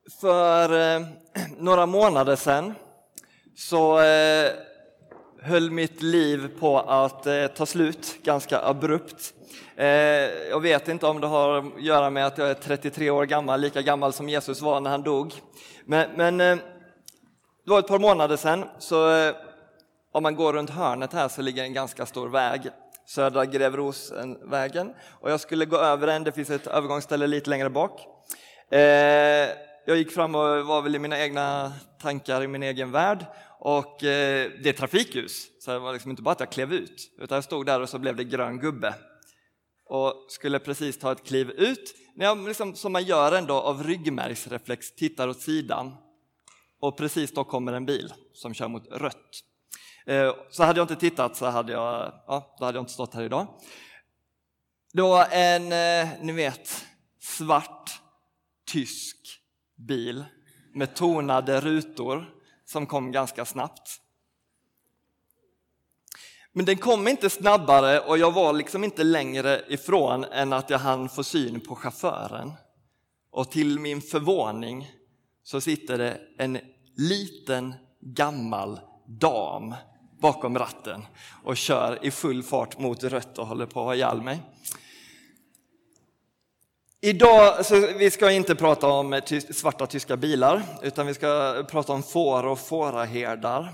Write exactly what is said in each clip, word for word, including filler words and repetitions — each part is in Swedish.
För eh, några månader sedan så eh, höll mitt liv på att eh, ta slut ganska abrupt. Eh, jag vet inte om det har att göra med att jag är trettiotre år gammal, lika gammal som Jesus var när han dog. Men, men eh, det var ett par månader sedan, så eh, om man går runt hörnet här så ligger en ganska stor väg. Södra Grevrosenvägen. Och jag skulle gå över den, det finns ett övergångsställe lite längre bak. Eh, jag gick fram och var väl i mina egna tankar, i min egen värld. Och eh, det är trafikljus, så det var liksom inte bara att jag klev ut. Utan jag stod där och så blev det grön gubbe. Och skulle precis ta ett kliv ut. När jag liksom, som man gör ändå av ryggmärgsreflex, tittar åt sidan. Och precis då kommer en bil som kör mot rött. Så hade jag inte tittat så hade jag, ja, då hade jag inte stått här idag. Det var en, ni vet, svart tysk bil med tonade rutor som kom ganska snabbt. Men den kom inte snabbare och jag var liksom inte längre ifrån än att jag hann få syn på chauffören. Och till min förvåning så sitter det en liten gammal dam bakom ratten och kör i full fart mot rött och håller på att ha ihjäl mig. Idag så vi ska inte prata om ty- svarta tyska bilar, utan vi ska prata om får och fåraherdar.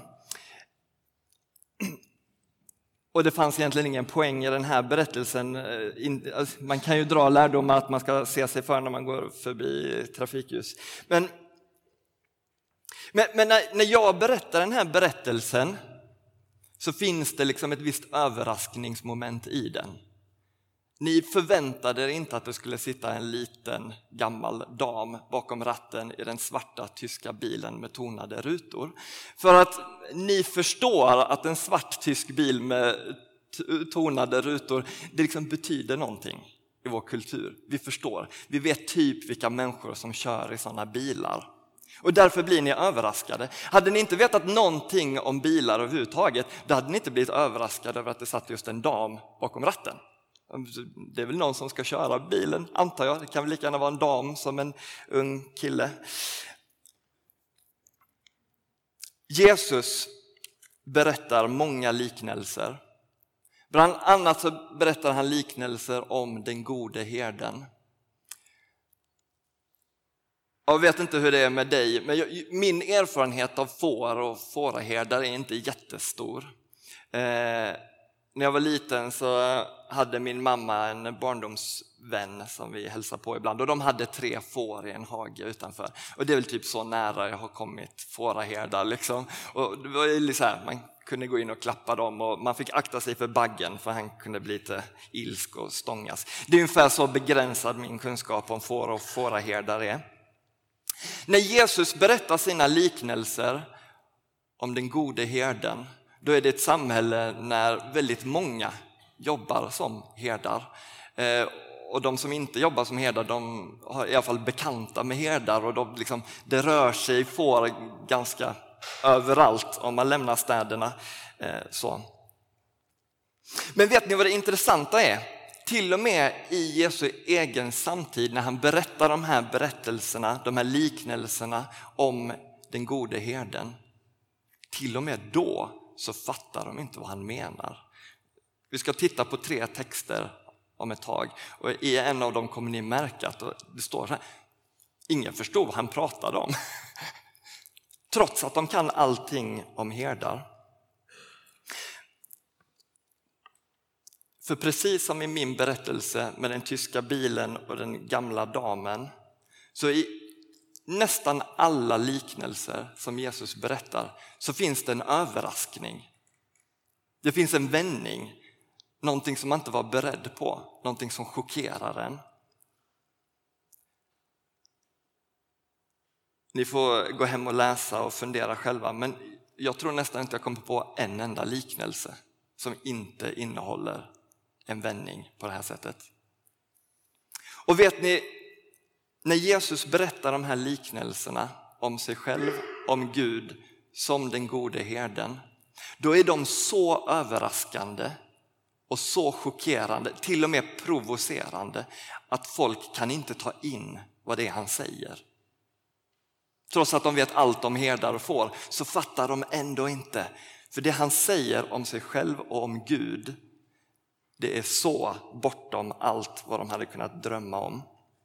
Och det fanns egentligen ingen poäng i den här berättelsen. Man kan ju dra lärdomar att man ska se sig för när man går förbi trafikljus. Men, men, men när, när jag berättar den här berättelsen så finns det liksom ett visst överraskningsmoment i den. Ni förväntade er inte att det skulle sitta en liten gammal dam bakom ratten i den svarta tyska bilen med tonade rutor. För att ni förstår att en svart tysk bil med tonade rutor, det liksom betyder någonting i vår kultur. Vi förstår, vi vet typ vilka människor som kör i sådana bilar. Och därför blir ni överraskade. Hade ni inte vetat någonting om bilar överhuvudtaget, då hade ni inte blivit överraskade över att det satt just en dam bakom ratten. Det är väl någon som ska köra bilen, antar jag. Det kan väl lika gärna vara en dam som en ung kille. Jesus berättar många liknelser. Bland annat så berättar han liknelser om den gode herden. Jag vet inte hur det är med dig, men jag, min erfarenhet av får och fåraherdar är inte jättestor. Eh, när jag var liten så hade min mamma en barndomsvän som vi hälsade på ibland. Och de hade tre får i en hage utanför. Och det är väl typ så nära jag har kommit fåraherdar liksom. Och det var ju så här, man kunde gå in och klappa dem och man fick akta sig för baggen för han kunde bli lite ilsk och stångas. Det är ungefär så begränsad min kunskap om får och fåraherdar är. När Jesus berättar sina liknelser om den gode herden, då är det ett samhälle när väldigt många jobbar som herdar. Eh, och de som inte jobbar som herdar, de har i alla fall bekanta med herdar och de liksom, det rör sig får ganska överallt om man lämnar städerna. Eh, så. Men vet ni vad det intressanta är? Till och med i Jesu egen samtid när han berättar de här berättelserna, de här liknelserna om den gode herden. Till och med då så fattar de inte vad han menar. Vi ska titta på tre texter om ett tag. Och i en av dem kommer ni märka att det står så här. Ingen förstod vad han pratade om. Trots att de kan allting om herdar. För precis som i min berättelse med den tyska bilen och den gamla damen, så i nästan alla liknelser som Jesus berättar så finns det en överraskning. Det finns en vändning, någonting som man inte var beredd på, någonting som chockerar en. Ni får gå hem och läsa och fundera själva, men jag tror nästan inte jag kommer på en enda liknelse som inte innehåller en vändning på det här sättet. Och vet ni, när Jesus berättar de här liknelserna om sig själv, om Gud som den gode herden, då är de så överraskande och så chockerande, till och med provocerande, att folk kan inte ta in vad det är han säger. Trots att de vet allt om herdar och får, så fattar de ändå inte. För det han säger om sig själv och om Gud, det är så bortom allt vad de hade kunnat drömma om.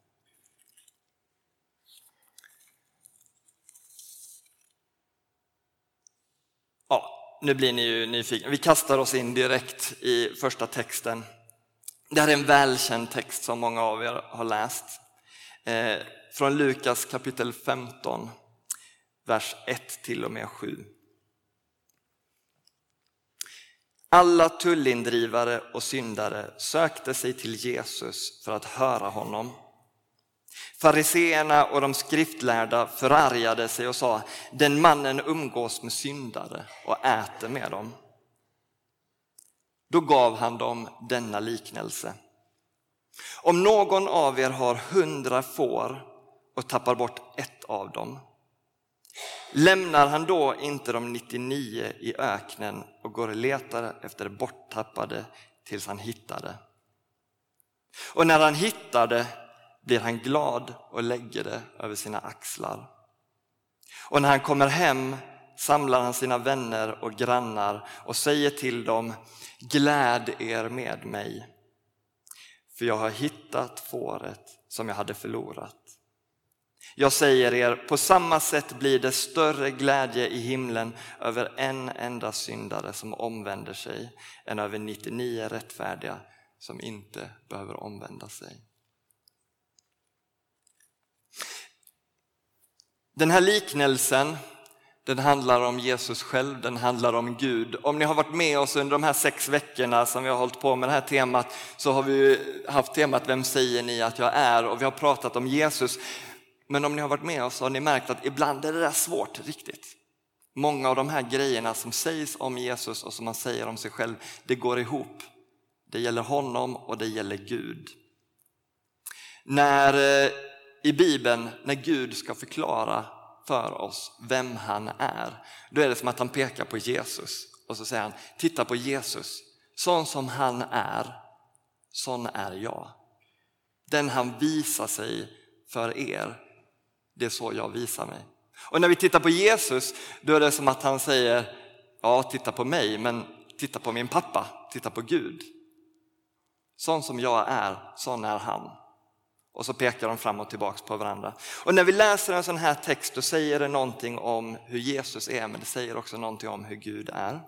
Ja, nu blir ni ju nyfikna. Vi kastar oss in direkt i första texten. Det här är en välkänd text som många av er har läst. Eh, från Lukas kapitel femton, vers ett till och med sju. Alla tullindrivare och syndare sökte sig till Jesus för att höra honom. Fariseerna och de skriftlärda förargade sig och sa: den mannen umgås med syndare och äter med dem. Då gav han dem denna liknelse. Om någon av er har hundra får och tappar bort ett av dem, lämnar han då inte de nittionio i öknen och går och letar efter det borttappade tills han hittar det? Och när han hittar det blir han glad och lägger det över sina axlar. Och när han kommer hem samlar han sina vänner och grannar och säger till dem: gläd er med mig, för jag har hittat fåret som jag hade förlorat. Jag säger er, på samma sätt blir det större glädje i himlen över en enda syndare som omvänder sig än över nittionio rättfärdiga som inte behöver omvända sig. Den här liknelsen, den handlar om Jesus själv, den handlar om Gud. Om ni har varit med oss under de här sex veckorna som vi har hållit på med det här temat, så har vi haft temat Vem säger ni att jag är? Och vi har pratat om Jesus. Men om ni har varit med oss så har ni märkt att ibland är det där svårt riktigt. Många av de här grejerna som sägs om Jesus och som man säger om sig själv, det går ihop. Det gäller honom och det gäller Gud. När i Bibeln, när Gud ska förklara för oss vem han är, då är det som att han pekar på Jesus och så säger han: titta på Jesus, sån som han är, sån är jag. Den han visar sig för er, det är så jag visar mig. Och när vi tittar på Jesus, då är det som att han säger: ja, titta på mig, men titta på min pappa, titta på Gud. Sån som jag är, sån är han. Och så pekar de fram och tillbaka på varandra. Och när vi läser en sån här text, då säger det någonting om hur Jesus är, men det säger också någonting om hur Gud är.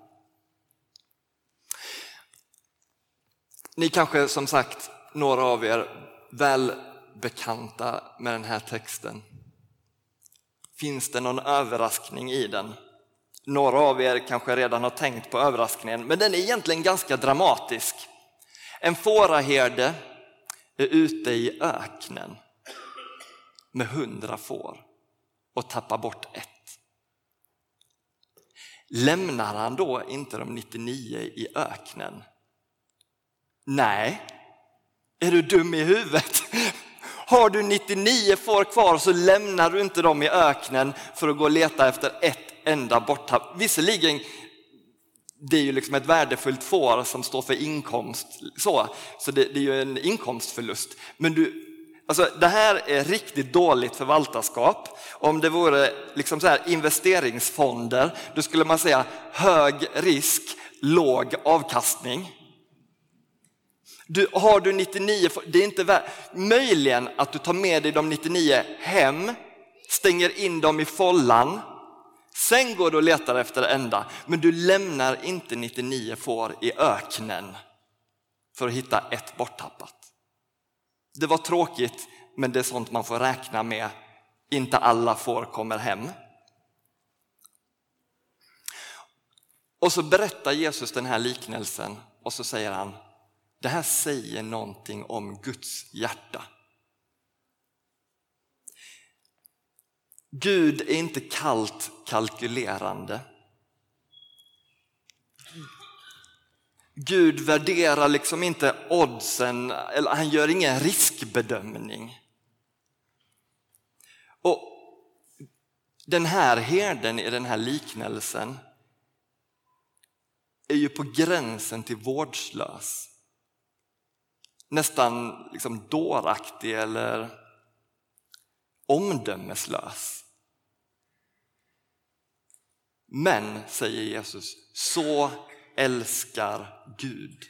Ni kanske, som sagt, några av er väl bekanta med den här texten. Finns det någon överraskning i den? Några av er kanske redan har tänkt på överraskningen, men den är egentligen ganska dramatisk. En fåraherde är ute i öknen med hundra får och tappar bort ett. Lämnar han då inte de nittionio i öknen? Nej, är du dum i huvudet? Har du nittionio får kvar så lämnar du inte dem i öknen för att gå och leta efter ett enda borttapp. Visserligen, det är ju liksom ett värdefullt får som står för inkomst, så, så det, det är ju en inkomstförlust. Men du, alltså, det här är riktigt dåligt förvaltarskap. Om det vore liksom så här investeringsfonder, då skulle man säga hög risk, låg avkastning. Du, har du nittionio, det är inte värt, möjligen att du tar med dig de nittionio hem, stänger in dem i follan, sen går du och letar efter det enda, men du lämnar inte nittionio får i öknen för att hitta ett borttappat. Det var tråkigt, men det är sånt man får räkna med. Inte alla får kommer hem. Och så berättar Jesus den här liknelsen och så säger han: det här säger någonting om Guds hjärta. Gud är inte kallt kalkylerande. Gud värderar liksom inte oddsen, eller han gör ingen riskbedömning. Och den här herden i den här liknelsen är ju på gränsen till vårdslös. Nästan liksom dåraktig eller omdömeslös. Men, säger Jesus, så älskar Gud.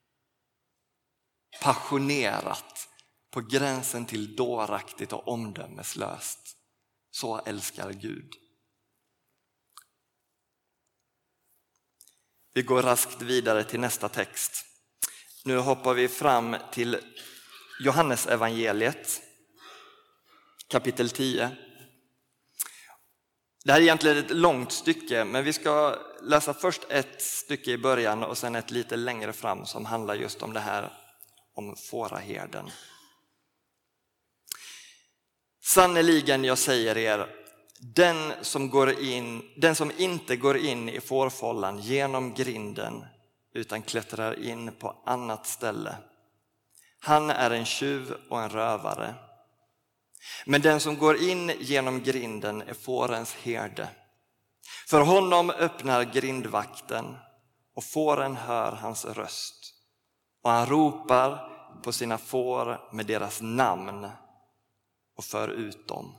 Passionerat, på gränsen till dåraktigt och omdömeslöst. Så älskar Gud. Vi går raskt vidare till nästa text. Nu hoppar vi fram till Johannes evangeliet, kapitel tio. Det här är egentligen ett långt stycke, men vi ska läsa först ett stycke i början och sen ett lite längre fram som handlar just om det här, om fåraherden. Sannerligen, jag säger er, den som, går in, den som inte går in i fårfållan genom grinden utan klättrar in på annat ställe, han är en tjuv och en rövare. Men den som går in genom grinden är fårens herde. För honom öppnar grindvakten och fåren hör hans röst. Och han ropar på sina får med deras namn och för ut dem.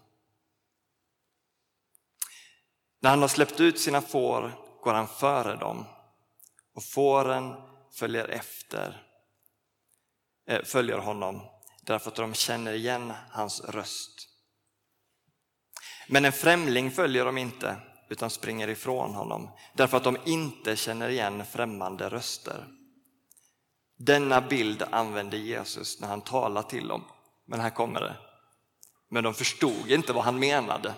När han har släppt ut sina får går han före dem och fåren följer efter, äh, följer honom därför att de känner igen hans röst. Men en främling följer dem inte utan springer ifrån honom därför att de inte känner igen främmande röster. Denna bild använde Jesus när han talade till dem. Men här kommer det. Men de förstod inte vad han menade.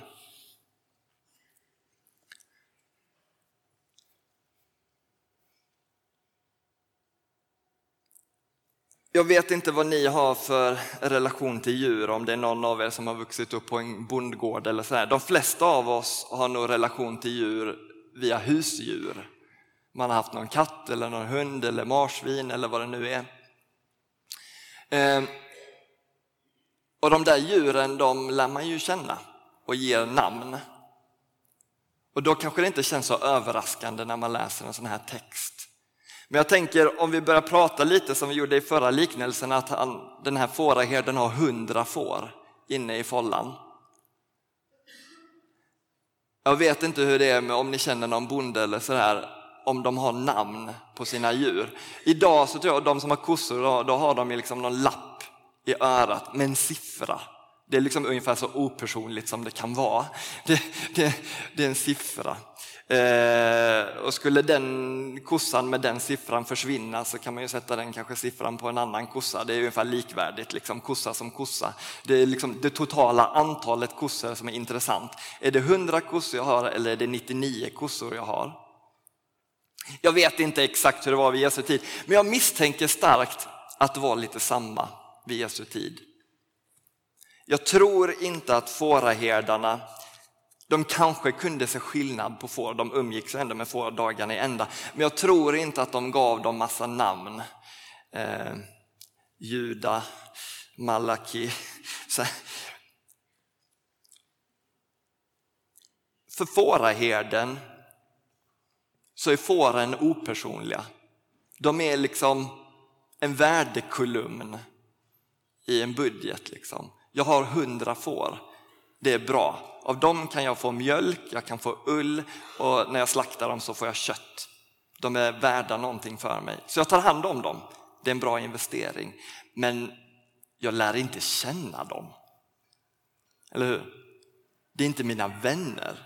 Jag vet inte vad ni har för relation till djur, om det är någon av er som har vuxit upp på en bondgård eller så här. De flesta av oss har nog relation till djur via husdjur. Man har haft någon katt eller någon hund eller marsvin eller vad det nu är. Eh, och de där djuren, de lär man ju känna och ger namn. Och då kanske det inte känns så överraskande när man läser en sån här text. Men jag tänker, om vi börjar prata lite som vi gjorde i förra liknelsen, att han, den här fåraherden har hundra får inne i fållan. Jag vet inte hur det är med, om ni känner någon bonde eller sådär, om de har namn på sina djur. Idag så tror jag att de som har kossor, då, då har de liksom någon lapp i örat med en siffra. Det är liksom ungefär så opersonligt som det kan vara. Det, det, det är en siffra. Eh, och skulle den kossan med den siffran försvinna så kan man ju sätta den kanske siffran på en annan kossa. Det är ungefär likvärdigt, liksom kossa som kossa. Det är liksom det totala antalet kossor som är intressant. Är det hundra kossor jag har eller är det nittionio kossor jag har? Jag vet inte exakt hur det var vid Jesu tid, men jag misstänker starkt att det var lite samma vid Jesu tid. Jag tror inte att fåraherdarna, de kanske kunde se skillnad på får, de umgicks ändå med får dagarna i ända. Men jag tror inte att de gav dem massa namn. Eh, Juda, Malaki. Så. För fåraherden så är fåren opersonliga. De är liksom en värdekolumn i en budget. Liksom. Jag har hundra får, det är bra. Av dem kan jag få mjölk, jag kan få ull och när jag slaktar dem så får jag kött. De är värda någonting för mig. Så jag tar hand om dem. Det är en bra investering. Men jag lär inte känna dem. Eller hur? Det är inte mina vänner.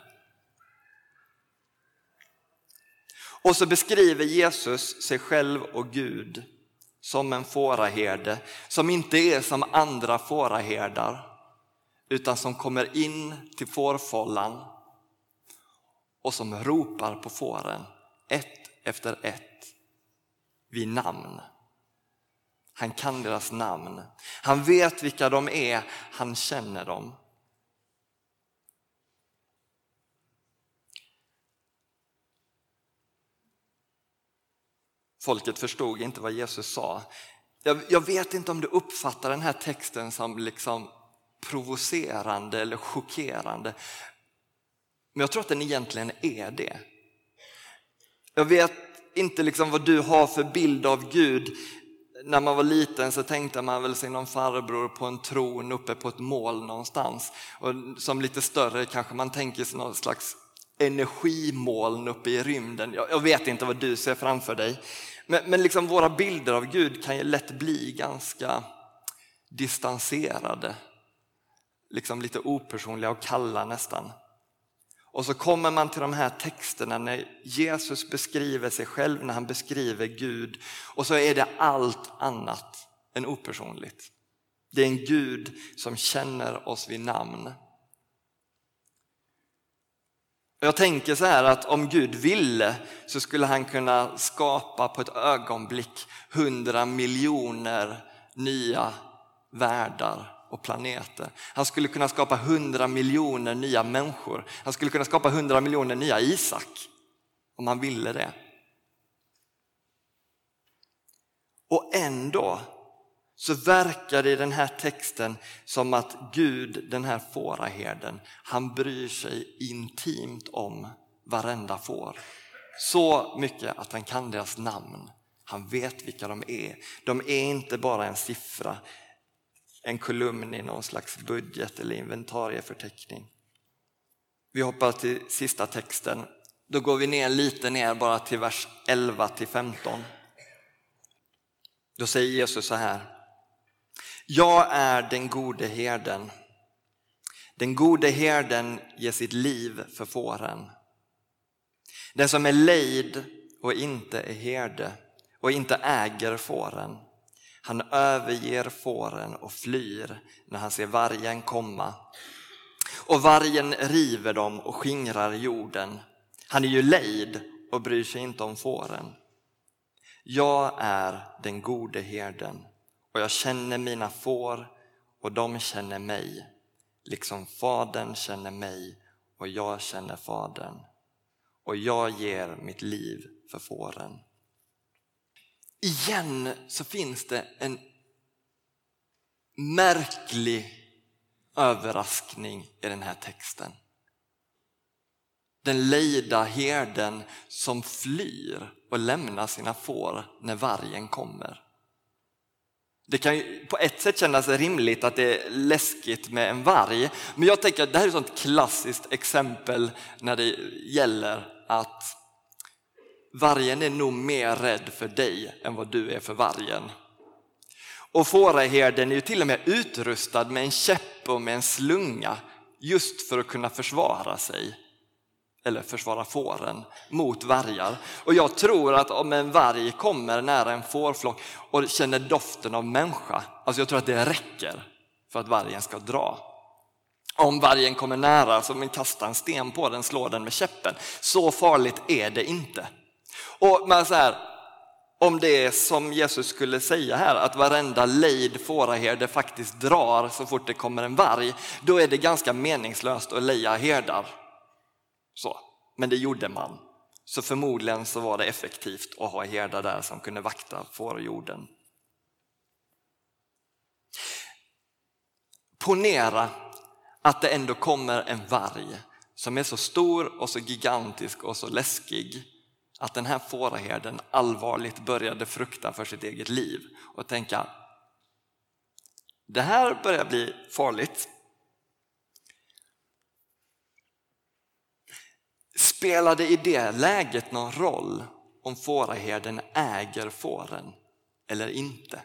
Och så beskriver Jesus sig själv och Gud som en fåraherde som inte är som andra fåraherdar. Utan som kommer in till fårfållan och som ropar på fåren ett efter ett vid namn. Han kan deras namn. Han vet vilka de är. Han känner dem. Folket förstod inte vad Jesus sa. Jag, jag vet inte om du uppfattar den här texten som liksom provocerande eller chockerande. Men jag tror att den egentligen är det. Jag vet inte liksom vad du har för bild av Gud. När man var liten så tänkte man väl sig någon farbror på en tron uppe på ett mål någonstans. Och som lite större kanske man tänker sig någon slags energimoln uppe i rymden. Jag, jag vet inte vad du ser framför dig. Men, men liksom våra bilder av Gud kan ju lätt bli ganska distanserade. Liksom lite opersonliga och kalla nästan. Och så kommer man till de här texterna när Jesus beskriver sig själv, när han beskriver Gud. Och så är det allt annat än opersonligt. Det är en Gud som känner oss vid namn. Jag tänker så här att om Gud ville så skulle han kunna skapa på ett ögonblick hundra miljoner nya världar och planeter. Han skulle kunna skapa hundra miljoner nya människor. Han skulle kunna skapa hundra miljoner nya Isak om han ville det. Och ändå så verkar det i den här texten som att Gud, den här fåraherden, han bryr sig intimt om varenda får. Så mycket att han kan deras namn. Han vet vilka de är. De är inte bara en siffra, en kolumn i någon slags budget eller inventarieförteckning. Vi hoppar till sista texten. Då går vi ner lite ner bara till vers elva till femton. Då säger Jesus så här: jag är den gode herden. Den gode herden ger sitt liv för fåren. Den som är lejd och inte är herde och inte äger fåren, han överger fåren och flyr när han ser vargen komma. Och vargen river dem och skingrar jorden. Han är ju lejd och bryr sig inte om fåren. Jag är den gode herden. Och jag känner mina får och de känner mig. Liksom fadern känner mig och jag känner fadern. Och jag ger mitt liv för fåren. Igen så finns det en märklig överraskning i den här texten. Den lejda herden som flyr och lämnar sina får när vargen kommer. Det kan ju på ett sätt kännas rimligt att det är läskigt med en varg. Men jag tänker att det här är ett sånt klassiskt exempel när det gäller att vargen är nog mer rädd för dig än vad du är för vargen. Och fåraherden är ju till och med utrustad med en käpp och med en slunga just för att kunna försvara sig. Eller försvara fåren mot vargar. Och jag tror att om en varg kommer nära en fårflock och känner doften av människa, alltså jag tror att det räcker för att vargen ska dra. Om vargen kommer nära så man kastar en sten på den, slår den med käppen. Så farligt är det inte. Och men så här, om det är som Jesus skulle säga här, att varenda lejd fåraherde faktiskt drar så fort det kommer en varg, då är det ganska meningslöst att leja herdar. Så, men det gjorde man. Så förmodligen så var det effektivt att ha herdar där som kunde vakta fårjorden. Ponera att det ändå kommer en varg som är så stor och så gigantisk och så läskig att den här fåraherden allvarligt började frukta för sitt eget liv och tänka: det här börjar bli farligt. Spelar det i det läget någon roll om fåraherden äger fåren eller inte?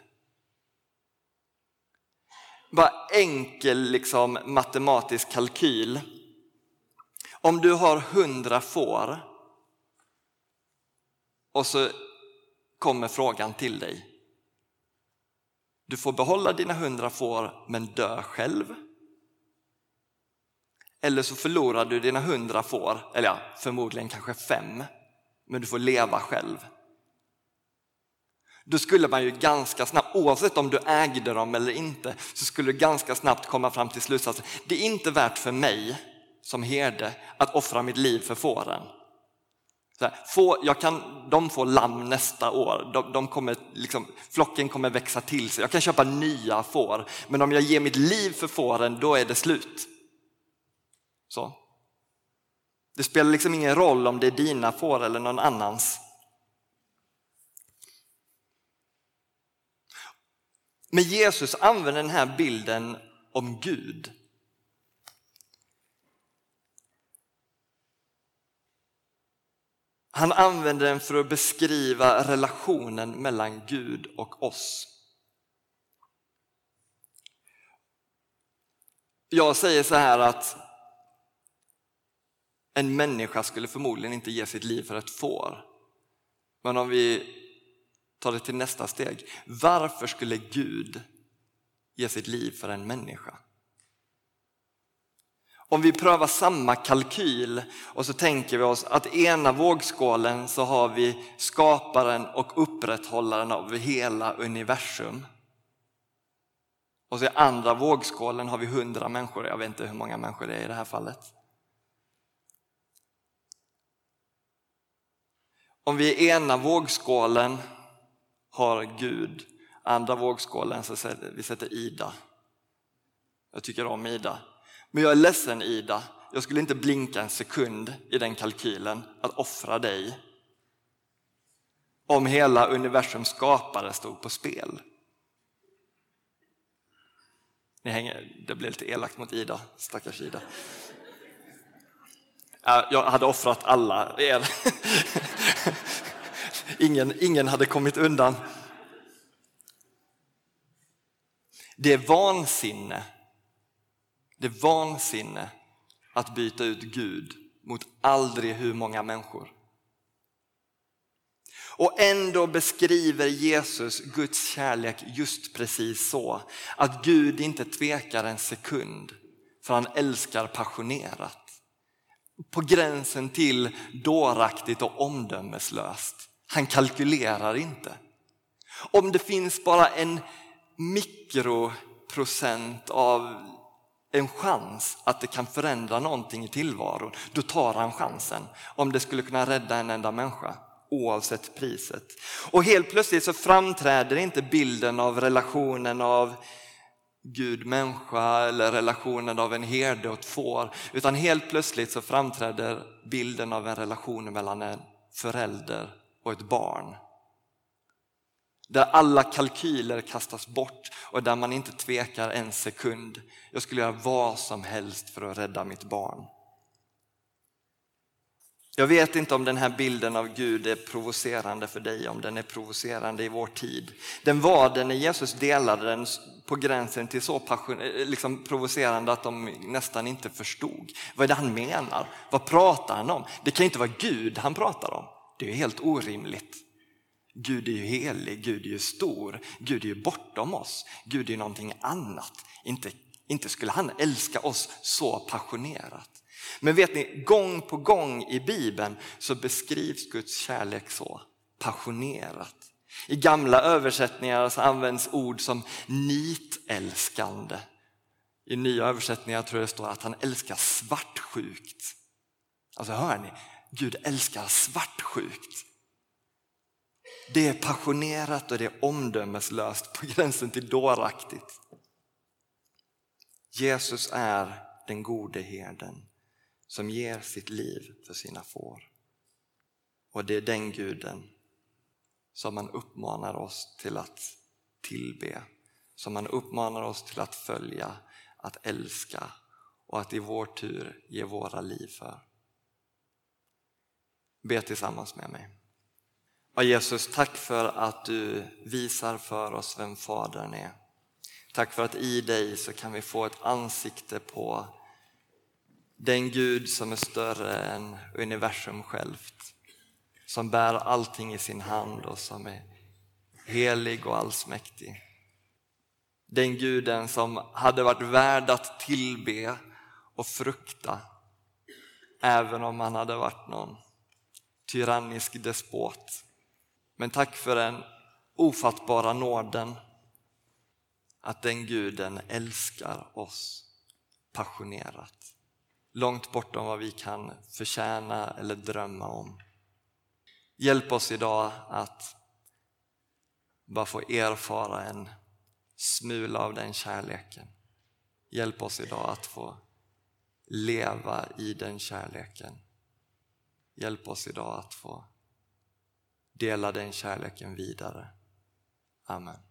Bara enkel liksom, matematisk kalkyl. Om du har hundra får och så kommer frågan till dig. Du får behålla dina hundra får men dö själv. Eller så förlorar du dina hundra får, eller ja, förmodligen kanske fem, men du får leva själv. Då skulle man ju ganska snabbt, oavsett om du ägde dem eller inte, så skulle du ganska snabbt komma fram till slutsatsen: det är inte värt för mig som herde att offra mitt liv för fåren. Så här, få, jag kan, de får lamm nästa år, de, de kommer, liksom, flocken kommer växa till sig. Jag kan köpa nya får, men om jag ger mitt liv för fåren, då är det slut. Så. Det spelar liksom ingen roll om det är dina får eller någon annans. Men Jesus använder den här bilden om Gud Han använder den för att beskriva relationen mellan Gud och oss. Jag säger så här att en människa skulle förmodligen inte ge sitt liv för ett får. Men om vi tar det till nästa steg. Varför skulle Gud ge sitt liv för en människa? Om vi prövar samma kalkyl och så tänker vi oss att i ena vågskålen så har vi skaparen och upprätthållaren av hela universum. Och så i andra vågskålen har vi hundra människor. Jag vet inte hur många människor det är i det här fallet. Om vi i ena vågskålen har Gud, andra vågskålen så sätter vi sätter Ida. Jag tycker om Ida. Men jag är ledsen Ida, jag skulle inte blinka en sekund i den kalkylen att offra dig. Om hela universums skapare stod på spel. Ni hänger, det blir lite elakt mot Ida, stackars Ida. Jag hade offrat alla er. Ingen, ingen hade kommit undan. Det är vansinne. Det är vansinne att byta ut Gud mot aldrig hur många människor. Och ändå beskriver Jesus Guds kärlek just precis så. Att Gud inte tvekar en sekund för han älskar passionerat. På gränsen till dåraktigt och omdömeslöst. Han kalkylerar inte. Om det finns bara en mikroprocent av en chans att det kan förändra någonting i tillvaron, då tar han chansen. Om det skulle kunna rädda en enda människa, oavsett priset. Och helt plötsligt så framträder inte bilden av relationen av Gud-människa eller relationen av en herde och ett får. Utan helt plötsligt så framträder bilden av en relation mellan en förälder och ett barn. Där alla kalkyler kastas bort och där man inte tvekar en sekund. Jag skulle göra vad som helst för att rädda mitt barn. Jag vet inte om den här bilden av Gud är provocerande för dig, om den är provocerande i vår tid. Den var den när Jesus delade den på gränsen till så passion, liksom provocerande att de nästan inte förstod. Vad är det han menar? Vad pratar han om? Det kan inte vara Gud han pratar om. Det är helt orimligt. Gud är ju helig, Gud är ju stor, Gud är ju bortom oss. Gud är ju någonting annat. Inte, inte skulle han älska oss så passionerat. Men vet ni, gång på gång i Bibeln så beskrivs Guds kärlek så passionerat. I gamla översättningar så används ord som nitälskande. I nya översättningar tror jag det står att han älskar svartsjukt. Alltså hör ni, Gud älskar svartsjukt. Det är passionerat och det är omdömeslöst på gränsen till dåraktigt. Jesus är den gode herden som ger sitt liv för sina får. Och det är den guden som man uppmanar oss till att tillbe. Som man uppmanar oss till att följa, att älska och att i vår tur ge våra liv för. Be tillsammans med mig. Ja, Jesus, tack för att du visar för oss vem Fadern är. Tack för att i dig så kan vi få ett ansikte på den Gud som är större än universum självt. Som bär allting i sin hand och som är helig och allsmäktig. Den Guden som hade varit värd att tillbe och frukta. Även om han hade varit någon tyrannisk despot. Men tack för den ofattbara nåden att den Guden älskar oss passionerat. Långt bortom vad vi kan förtjäna eller drömma om. Hjälp oss idag att bara få erfara en smula av den kärleken. Hjälp oss idag att få leva i den kärleken. Hjälp oss idag att få dela den kärleken vidare. Amen.